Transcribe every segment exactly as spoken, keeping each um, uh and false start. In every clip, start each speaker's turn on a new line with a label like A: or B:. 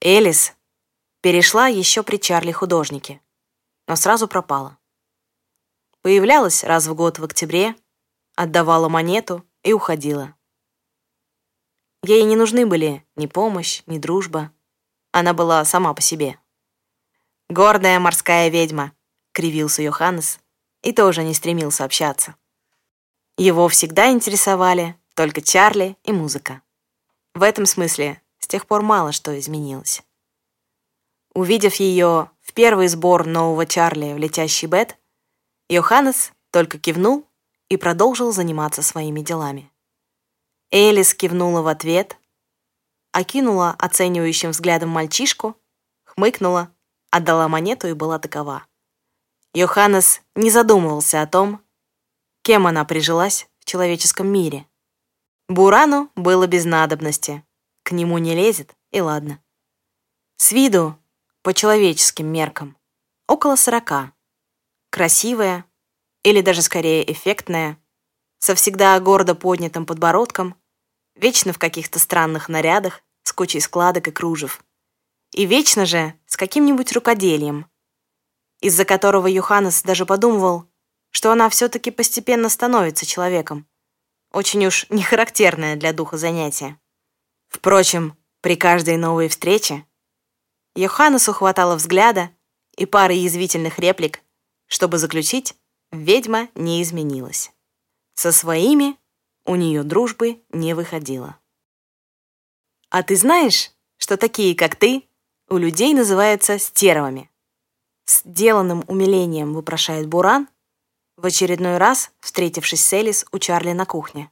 A: Элис перешла еще при Чарли-художнике, но сразу пропала. Появлялась раз в год в октябре, отдавала монету и уходила. Ей не нужны были ни помощь, ни дружба. Она была сама по себе. «Гордая морская ведьма», — кривился Йоханнес и тоже не стремился общаться. Его всегда интересовали только Чарли и музыка. В этом смысле с тех пор мало что изменилось. Увидев ее в первый сбор нового Чарли в «Летящий Бет», Йоханнес только кивнул и продолжил заниматься своими делами. Элис кивнула в ответ, окинула оценивающим взглядом мальчишку, хмыкнула, отдала монету и была такова. Йоханнес не задумывался о том, кем она прижилась в человеческом мире. Бурану было без надобности, к нему не лезет, и ладно. С виду, по человеческим меркам, около сорока. Красивая, или даже скорее эффектная, со всегда гордо поднятым подбородком, вечно в каких-то странных нарядах, с кучей складок и кружев. И вечно же с каким-нибудь рукоделием, из-за которого Йоханнес даже подумывал, что она все-таки постепенно становится человеком. Очень уж не характерное для духа занятие. Впрочем, при каждой новой встрече Йоханнесу хватало взгляда и пары язвительных реплик, чтобы заключить, ведьма не изменилась. Со своими у нее дружбы не выходило. «А ты знаешь, что такие, как ты, у людей называются стервами?» С деланным умилением вопрошает Буран, в очередной раз встретившись с Элис у Чарли на кухне.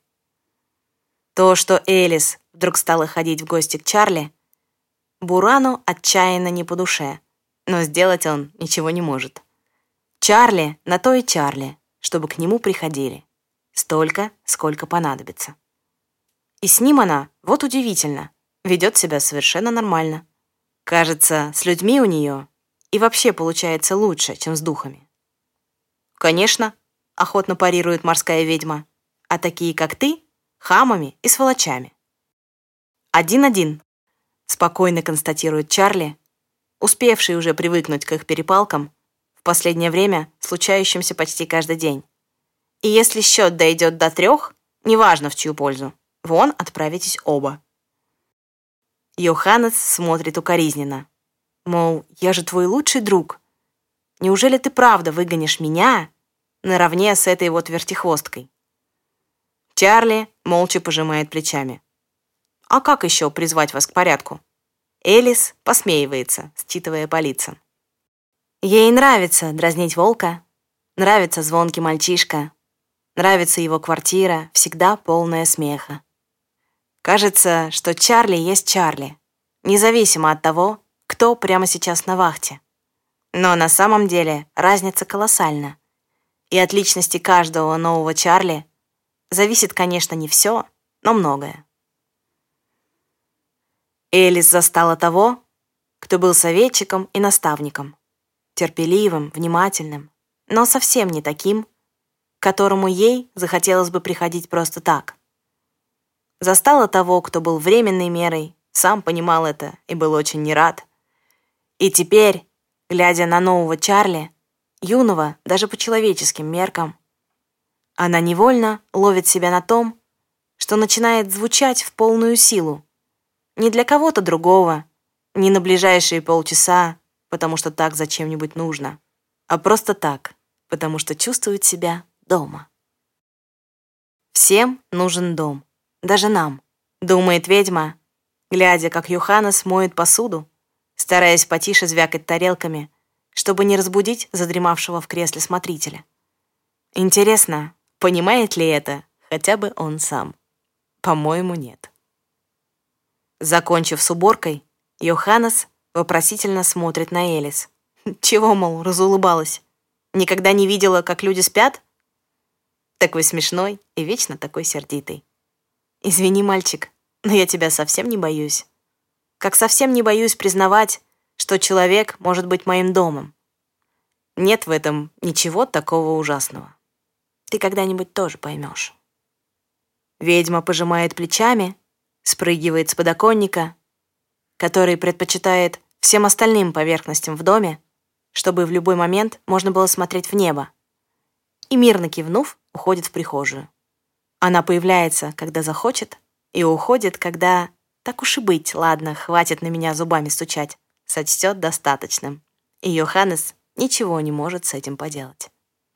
A: То, что Элис вдруг стала ходить в гости к Чарли, Бурану отчаянно не по душе, но сделать он ничего не может. Чарли на то и Чарли, чтобы к нему приходили. Столько, сколько понадобится. И с ним она, вот удивительно, ведет себя совершенно нормально. Кажется, с людьми у нее и вообще получается лучше, чем с духами. «Конечно», — охотно парирует морская ведьма, «а такие, как ты, хамами и сволочами». «Один-один», — спокойно констатирует Чарли, успевший уже привыкнуть к их перепалкам, в последнее время случающимся почти каждый день. И если счет дойдет до трех, неважно в чью пользу, вон отправитесь оба. Йоханнес смотрит укоризненно. Мол, я же твой лучший друг. Неужели ты правда выгонишь меня наравне с этой вот вертихвосткой? Чарли молча пожимает плечами. А как еще призвать вас к порядку? Элис посмеивается, считывая по лицам. Ей нравится дразнить волка, нравится звонкий мальчишка, нравится его квартира, всегда полная смеха. Кажется, что Чарли есть Чарли, независимо от того, кто прямо сейчас на вахте. Но на самом деле разница колоссальна. И от личности каждого нового Чарли зависит, конечно, не все, но многое. Элис застала того, кто был советчиком и наставником, терпеливым, внимательным, но совсем не таким, к которому ей захотелось бы приходить просто так. Застала того, кто был временной мерой, сам понимал это и был очень не рад. И теперь, глядя на нового Чарли, юного даже по человеческим меркам, она невольно ловит себя на том, что начинает звучать в полную силу. Не для кого-то другого, не на ближайшие полчаса, потому что так зачем-нибудь нужно, а просто так, потому что чувствует себя дома. Всем нужен дом, даже нам, думает ведьма, глядя, как Йоханнес моет посуду, стараясь потише звякать тарелками, чтобы не разбудить задремавшего в кресле смотрителя. Интересно, понимает ли это хотя бы он сам? По-моему, нет. Закончив с уборкой, Йоханнес вопросительно смотрит на Элис. Чего, мол, разулыбалась? Никогда не видела, как люди спят? Такой смешной и вечно такой сердитый. Извини, мальчик, но я тебя совсем не боюсь. Как совсем не боюсь признавать, что человек может быть моим домом. Нет в этом ничего такого ужасного. Ты когда-нибудь тоже поймешь. Ведьма пожимает плечами, спрыгивает с подоконника. который предпочитает всем остальным поверхностям в доме, чтобы в любой момент можно было смотреть в небо. И, мирно кивнув, уходит в прихожую. Она появляется, когда захочет, и уходит, когда, так уж и быть, ладно, хватит на меня зубами стучать, сочтет достаточным. И Йоханнес ничего не может с этим поделать.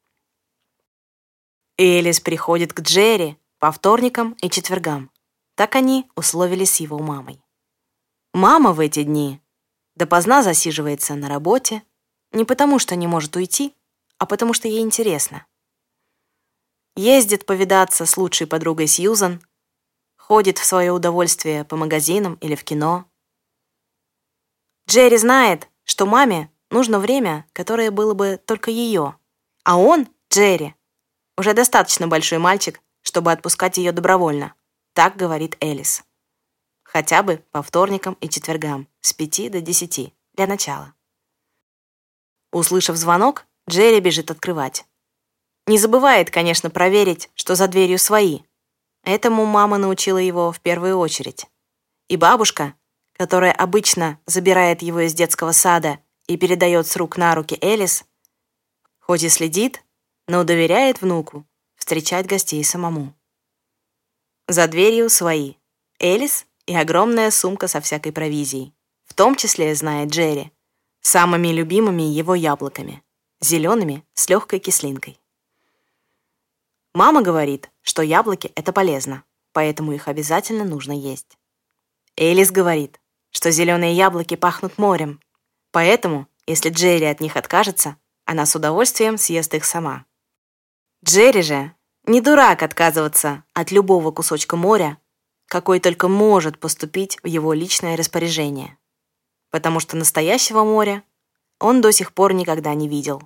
A: Элис приходит к Джерри по вторникам и четвергам. Так они условились с его мамой. Мама в эти дни допоздна засиживается на работе, не потому что не может уйти, а потому что ей интересно. Ездит повидаться с лучшей подругой Сьюзан, ходит в свое удовольствие по магазинам или в кино. Джерри знает, что маме нужно время, которое было бы только ее, а он, Джерри, уже достаточно большой мальчик, чтобы отпускать ее добровольно. Так говорит Элис. Хотя бы по вторникам и четвергам, с пяти до десяти, для начала. Услышав звонок, Джерри бежит открывать. Не забывает, конечно, проверить, что за дверью свои. Этому мама научила его в первую очередь. И бабушка, которая обычно забирает его из детского сада и передает с рук на руки Элис, хоть и следит, но доверяет внуку встречать гостей самому. За дверью свои. Элис и огромная сумка со всякой провизией. В том числе, знает Джерри, самыми любимыми его яблоками, зелеными с легкой кислинкой. Мама говорит, что яблоки — это полезно, поэтому их обязательно нужно есть. Элис говорит, что зеленые яблоки пахнут морем, поэтому, если Джерри от них откажется, она с удовольствием съест их сама. Джерри же не дурак отказываться от любого кусочка моря, какой только может поступить в его личное распоряжение, потому что настоящего моря он до сих пор никогда не видел.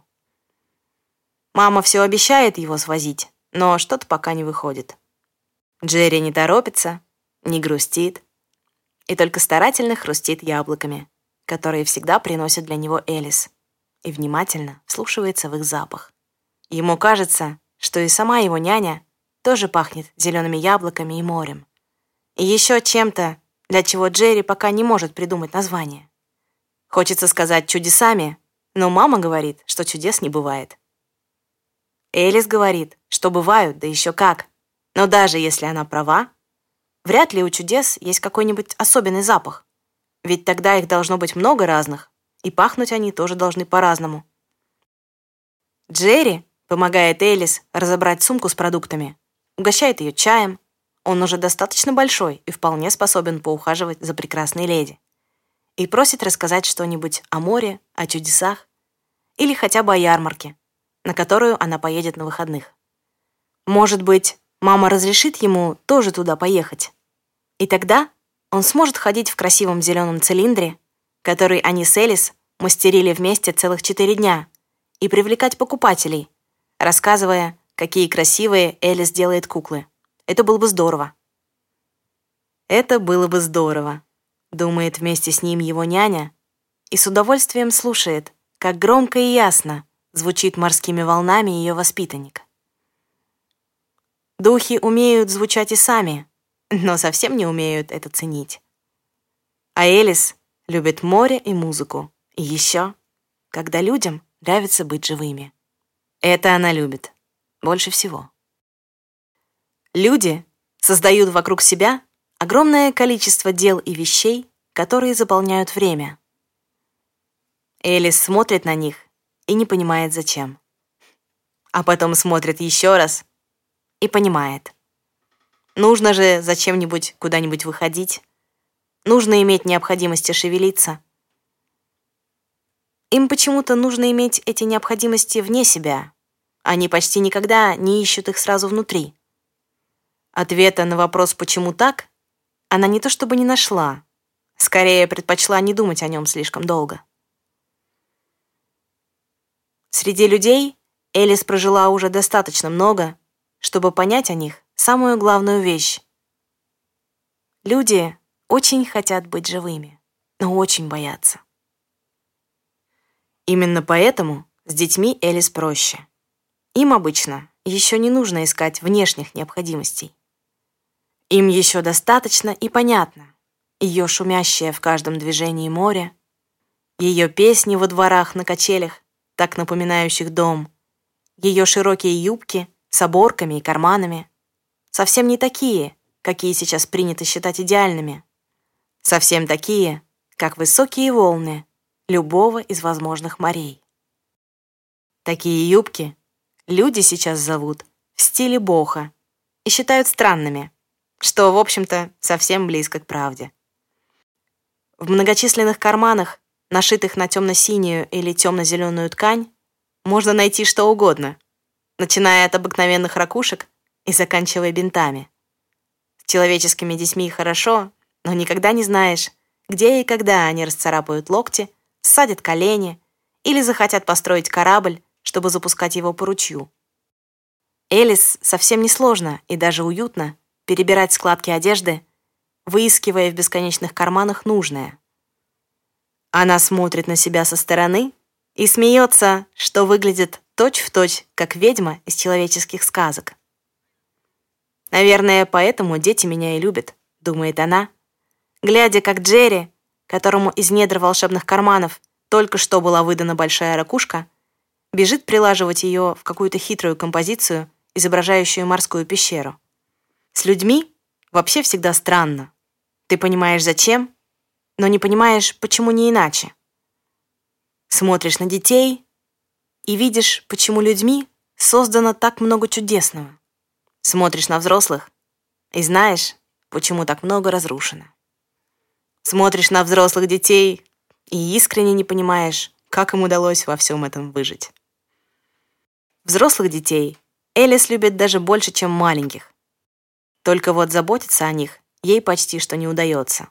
A: Мама все обещает его свозить, но что-то пока не выходит. Джерри не торопится, не грустит и только старательно хрустит яблоками, которые всегда приносит для него Элис, и внимательно вслушивается в их запах. Ему кажется, что и сама его няня тоже пахнет зелеными яблоками и морем. И еще чем-то, для чего Джерри пока не может придумать название. Хочется сказать чудесами, но мама говорит, что чудес не бывает. Элис говорит, что бывают, да еще как. Но даже если она права, вряд ли у чудес есть какой-нибудь особенный запах. Ведь тогда их должно быть много разных, и пахнуть они тоже должны по-разному. Джерри помогает Элис разобрать сумку с продуктами, угощает ее чаем. Он уже достаточно большой и вполне способен поухаживать за прекрасной леди. И просит рассказать что-нибудь о море, о чудесах или хотя бы о ярмарке, на которую она поедет на выходных. Может быть, мама разрешит ему тоже туда поехать. И тогда он сможет ходить в красивом зеленом цилиндре, который они с Элис мастерили вместе целых четыре дня, и привлекать покупателей, рассказывая, какие красивые Элис делает куклы. Это было бы здорово. Это было бы здорово, думает вместе с ним его няня и с удовольствием слушает, как громко и ясно звучит морскими волнами ее воспитанник. Духи умеют звучать и сами, но совсем не умеют это ценить. А Элис любит море и музыку, и еще, когда людям нравится быть живыми. Это она любит больше всего. Люди создают вокруг себя огромное количество дел и вещей, которые заполняют время. Элис смотрит на них и не понимает, зачем. А потом смотрит еще раз и понимает. Нужно же зачем-нибудь куда-нибудь выходить. Нужно иметь необходимости шевелиться. Им почему-то нужно иметь эти необходимости вне себя. Они почти никогда не ищут их сразу внутри. Ответа на вопрос «почему так?» она не то чтобы не нашла, скорее предпочла не думать о нем слишком долго. Среди людей Элис прожила уже достаточно много, чтобы понять о них самую главную вещь. Люди очень хотят быть живыми, но очень боятся. Именно поэтому с детьми Элис проще. Им обычно еще не нужно искать внешних необходимостей. Им еще достаточно и понятно, ее шумящее в каждом движении море, ее песни во дворах на качелях, так напоминающих дом, ее широкие юбки с оборками и карманами, совсем не такие, какие сейчас принято считать идеальными, совсем такие, как высокие волны любого из возможных морей. Такие юбки люди сейчас зовут в стиле бохо и считают странными, что, в общем-то, совсем близко к правде. В многочисленных карманах, нашитых на темно-синюю или темно-зеленую ткань, можно найти что угодно, начиная от обыкновенных ракушек и заканчивая бинтами. С человеческими детьми хорошо, но никогда не знаешь, где и когда они расцарапают локти, ссадят колени или захотят построить корабль, чтобы запускать его по ручью. Элис совсем несложно и даже уютно перебирать складки одежды, выискивая в бесконечных карманах нужное. Она смотрит на себя со стороны и смеется, что выглядит точь-в-точь, как ведьма из человеческих сказок. «Наверное, поэтому дети меня и любят», — думает она, глядя, как Джерри, которому из недр волшебных карманов только что была выдана большая ракушка, бежит прилаживать ее в какую-то хитрую композицию, изображающую морскую пещеру. С людьми вообще всегда странно. Ты понимаешь, зачем, но не понимаешь, почему не иначе. Смотришь на детей и видишь, почему людьми создано так много чудесного. Смотришь на взрослых и знаешь, почему так много разрушено. Смотришь на взрослых детей и искренне не понимаешь, как им удалось во всем этом выжить. Взрослых детей Элис любит даже больше, чем маленьких. Только вот заботиться о них ей почти что не удается.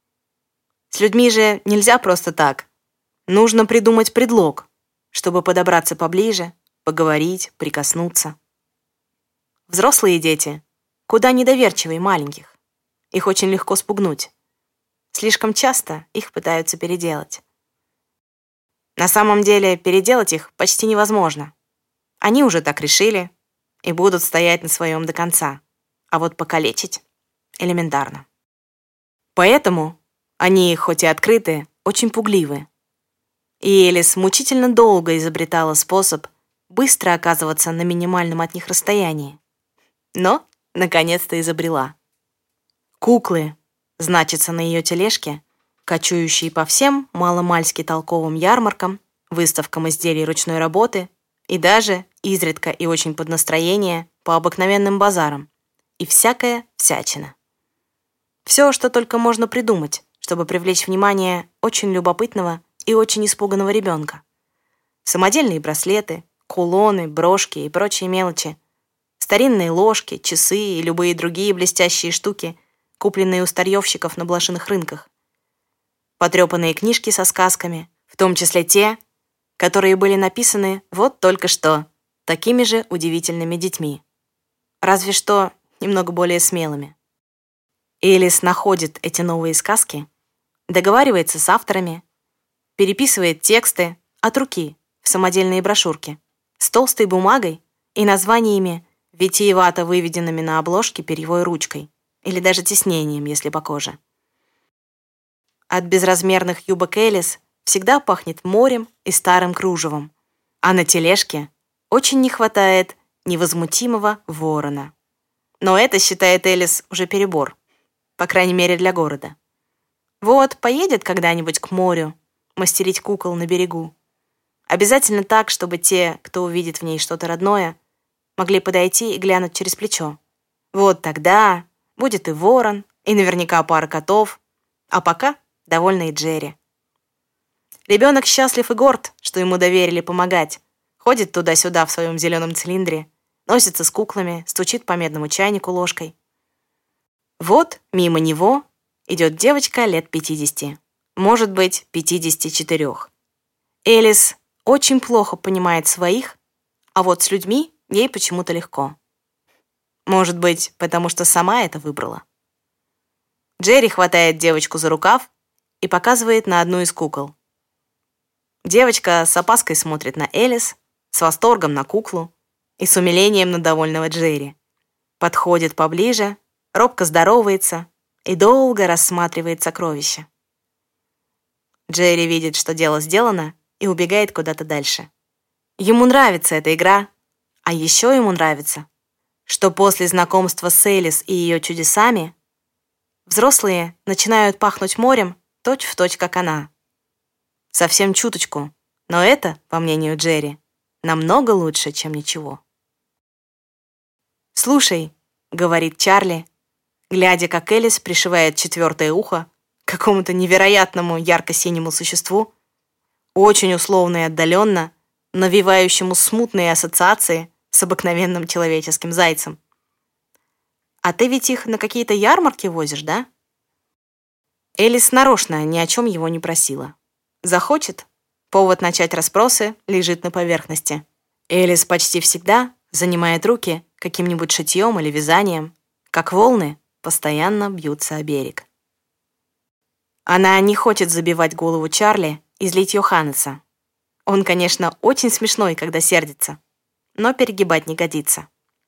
A: С людьми же нельзя просто так. Нужно придумать предлог, чтобы подобраться поближе, поговорить, прикоснуться. Взрослые дети куда недоверчивее маленьких. Их очень легко спугнуть. Слишком часто их пытаются переделать. На самом деле переделать их почти невозможно. Они уже так решили и будут стоять на своем до конца. А вот покалечить элементарно. Поэтому они, хоть и открытые, очень пугливы. И Элис мучительно долго изобретала способ быстро оказываться на минимальном от них расстоянии. Но, наконец-то, изобрела. Куклы значатся на ее тележке, кочующие по всем маломальски толковым ярмаркам, выставкам изделий ручной работы и даже, изредка и очень под настроение, по обыкновенным базарам. И всякая всячина. Все, что только можно придумать, чтобы привлечь внимание очень любопытного и очень испуганного ребенка. Самодельные браслеты, кулоны, брошки и прочие мелочи. Старинные ложки, часы и любые другие блестящие штуки, купленные у старьевщиков на блошиных рынках. Потрепанные книжки со сказками, в том числе те, которые были написаны вот только что, такими же удивительными детьми. Разве что немного более смелыми. Элис находит эти новые сказки, договаривается с авторами, переписывает тексты от руки в самодельные брошюрки с толстой бумагой и названиями, витиевато выведенными на обложке перьевой ручкой или даже тиснением, если по коже. От безразмерных юбок Элис всегда пахнет морем и старым кружевом, а на тележке очень не хватает невозмутимого ворона. Но это, считает Элис, уже перебор, по крайней мере для города. Вот, поедет когда-нибудь к морю мастерить кукол на берегу. Обязательно так, чтобы те, кто увидит в ней что-то родное, могли подойти и глянуть через плечо. Вот тогда будет и ворон, и наверняка пара котов, а пока довольна и Джерри. Ребенок счастлив и горд, что ему доверили помогать, ходит туда-сюда в своем зеленом цилиндре, носится с куклами, стучит по медному чайнику ложкой. Вот мимо него идет девочка лет пятидесяти, может быть, пятидесяти четырёх. Элис очень плохо понимает своих, а вот с людьми ей почему-то легко. Может быть, потому что сама это выбрала. Джерри хватает девочку за рукав и показывает на одну из кукол. Девочка с опаской смотрит на Элис, с восторгом на куклу и с умилением на довольного Джерри. Подходит поближе, робко здоровается, и долго рассматривает сокровища. Джерри видит, что дело сделано, и убегает куда-то дальше. Ему нравится эта игра, а еще ему нравится, что после знакомства с Элис и ее чудесами взрослые начинают пахнуть морем точь-в-точь, как она. Совсем чуточку, но это, по мнению Джерри, намного лучше, чем ничего. «Слушай», — говорит Чарли, глядя, как Элис пришивает четвертое ухо к какому-то невероятному ярко-синему существу, очень условно и отдаленно, навевающему смутные ассоциации с обыкновенным человеческим зайцем. «А ты ведь их на какие-то ярмарки возишь, да?» Элис нарочно ни о чем его не просила. Захочет — повод начать расспросы лежит на поверхности. Элис почти всегда занимает руки каким-нибудь шитьем или вязанием, как волны постоянно бьются о берег. Она не хочет забивать голову Чарли и злить Йоханнеса. Он, конечно, очень смешной, когда сердится, но перегибать не годится.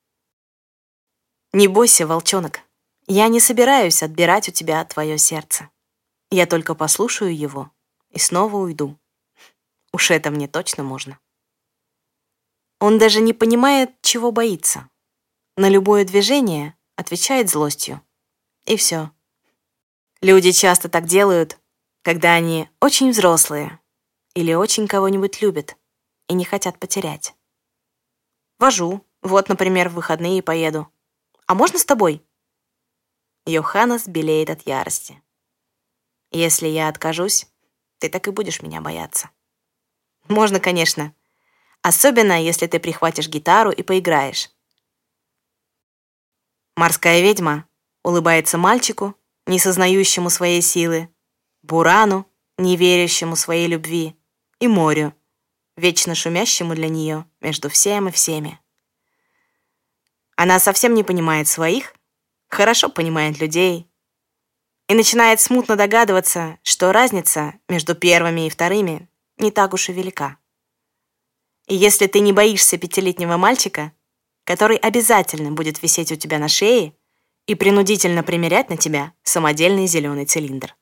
A: «Не бойся, волчонок, я не собираюсь отбирать у тебя твое сердце. Я только послушаю его и снова уйду. Уж это мне точно можно». Он даже не понимает, чего боится. На любое движение отвечает злостью. И все. Люди часто так делают, когда они очень взрослые или очень кого-нибудь любят и не хотят потерять. «Вожу. Вот, например, в выходные поеду. А можно с тобой?» Йоханнес белеет от ярости. «Если я откажусь, ты так и будешь меня бояться». «Можно, конечно. Особенно, если ты прихватишь гитару и поиграешь». Морская ведьма улыбается мальчику, не сознающему своей силы, бурану, не верящему своей любви, и морю, вечно шумящему для нее между всем и всеми. Она совсем не понимает своих, хорошо понимает людей и начинает смутно догадываться, что разница между первыми и вторыми не так уж и велика. И если ты не боишься пятилетнего мальчика, который обязательно будет висеть у тебя на шее и принудительно примерять на тебя самодельный зеленый цилиндр.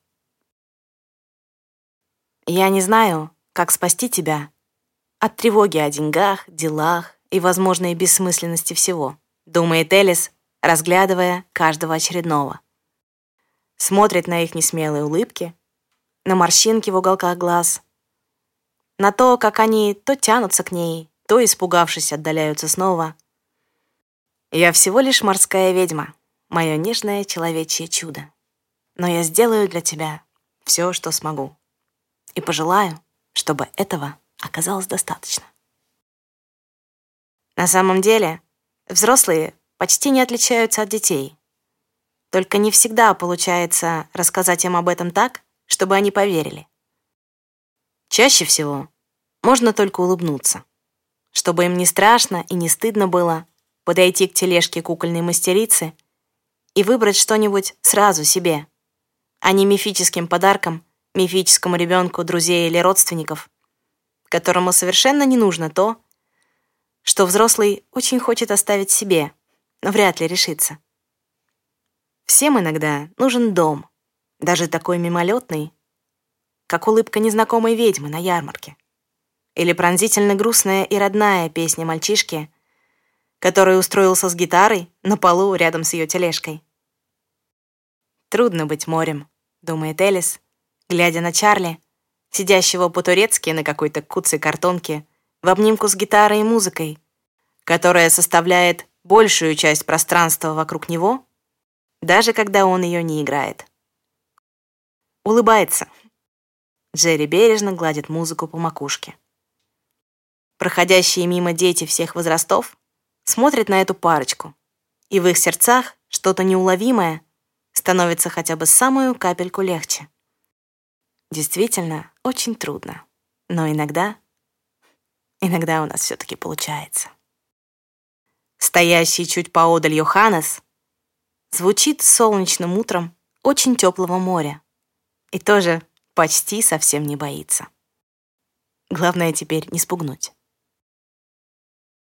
A: Я не знаю, как спасти тебя от тревоги о деньгах, делах и возможной бессмысленности всего, думает Элис, разглядывая каждого очередного. Смотрит на их несмелые улыбки, на морщинки в уголках глаз, на то, как они то тянутся к ней, то, испугавшись, отдаляются снова. Я всего лишь морская ведьма, мое нежное человечье чудо. Но я сделаю для тебя все, что смогу. И пожелаю, чтобы этого оказалось достаточно. На самом деле, взрослые почти не отличаются от детей. Только не всегда получается рассказать им об этом так, чтобы они поверили. Чаще всего можно только улыбнуться, чтобы им не страшно и не стыдно было подойти к тележке кукольной мастерицы и выбрать что-нибудь сразу себе, а не мифическим подарком мифическому ребенку друзей или родственников, которому совершенно не нужно то, что взрослый очень хочет оставить себе, но вряд ли решится. Всем иногда нужен дом, даже такой мимолетный, как улыбка незнакомой ведьмы на ярмарке, или пронзительно грустная и родная песня мальчишки, который устроился с гитарой на полу рядом с ее тележкой. «Трудно быть морем», — думает Элис, глядя на Чарли, сидящего по-турецки на какой-то куцей картонке в обнимку с гитарой и музыкой, которая составляет большую часть пространства вокруг него, даже когда он ее не играет. Улыбается. Джерри бережно гладит музыку по макушке. Проходящие мимо дети всех возрастов смотрят на эту парочку, и в их сердцах что-то неуловимое становится хотя бы самую капельку легче. Действительно, очень трудно, но иногда, иногда у нас все-таки получается. Стоящий чуть поодаль Йоханнес звучит солнечным утром очень теплого моря и тоже почти совсем не боится. Главное теперь не спугнуть.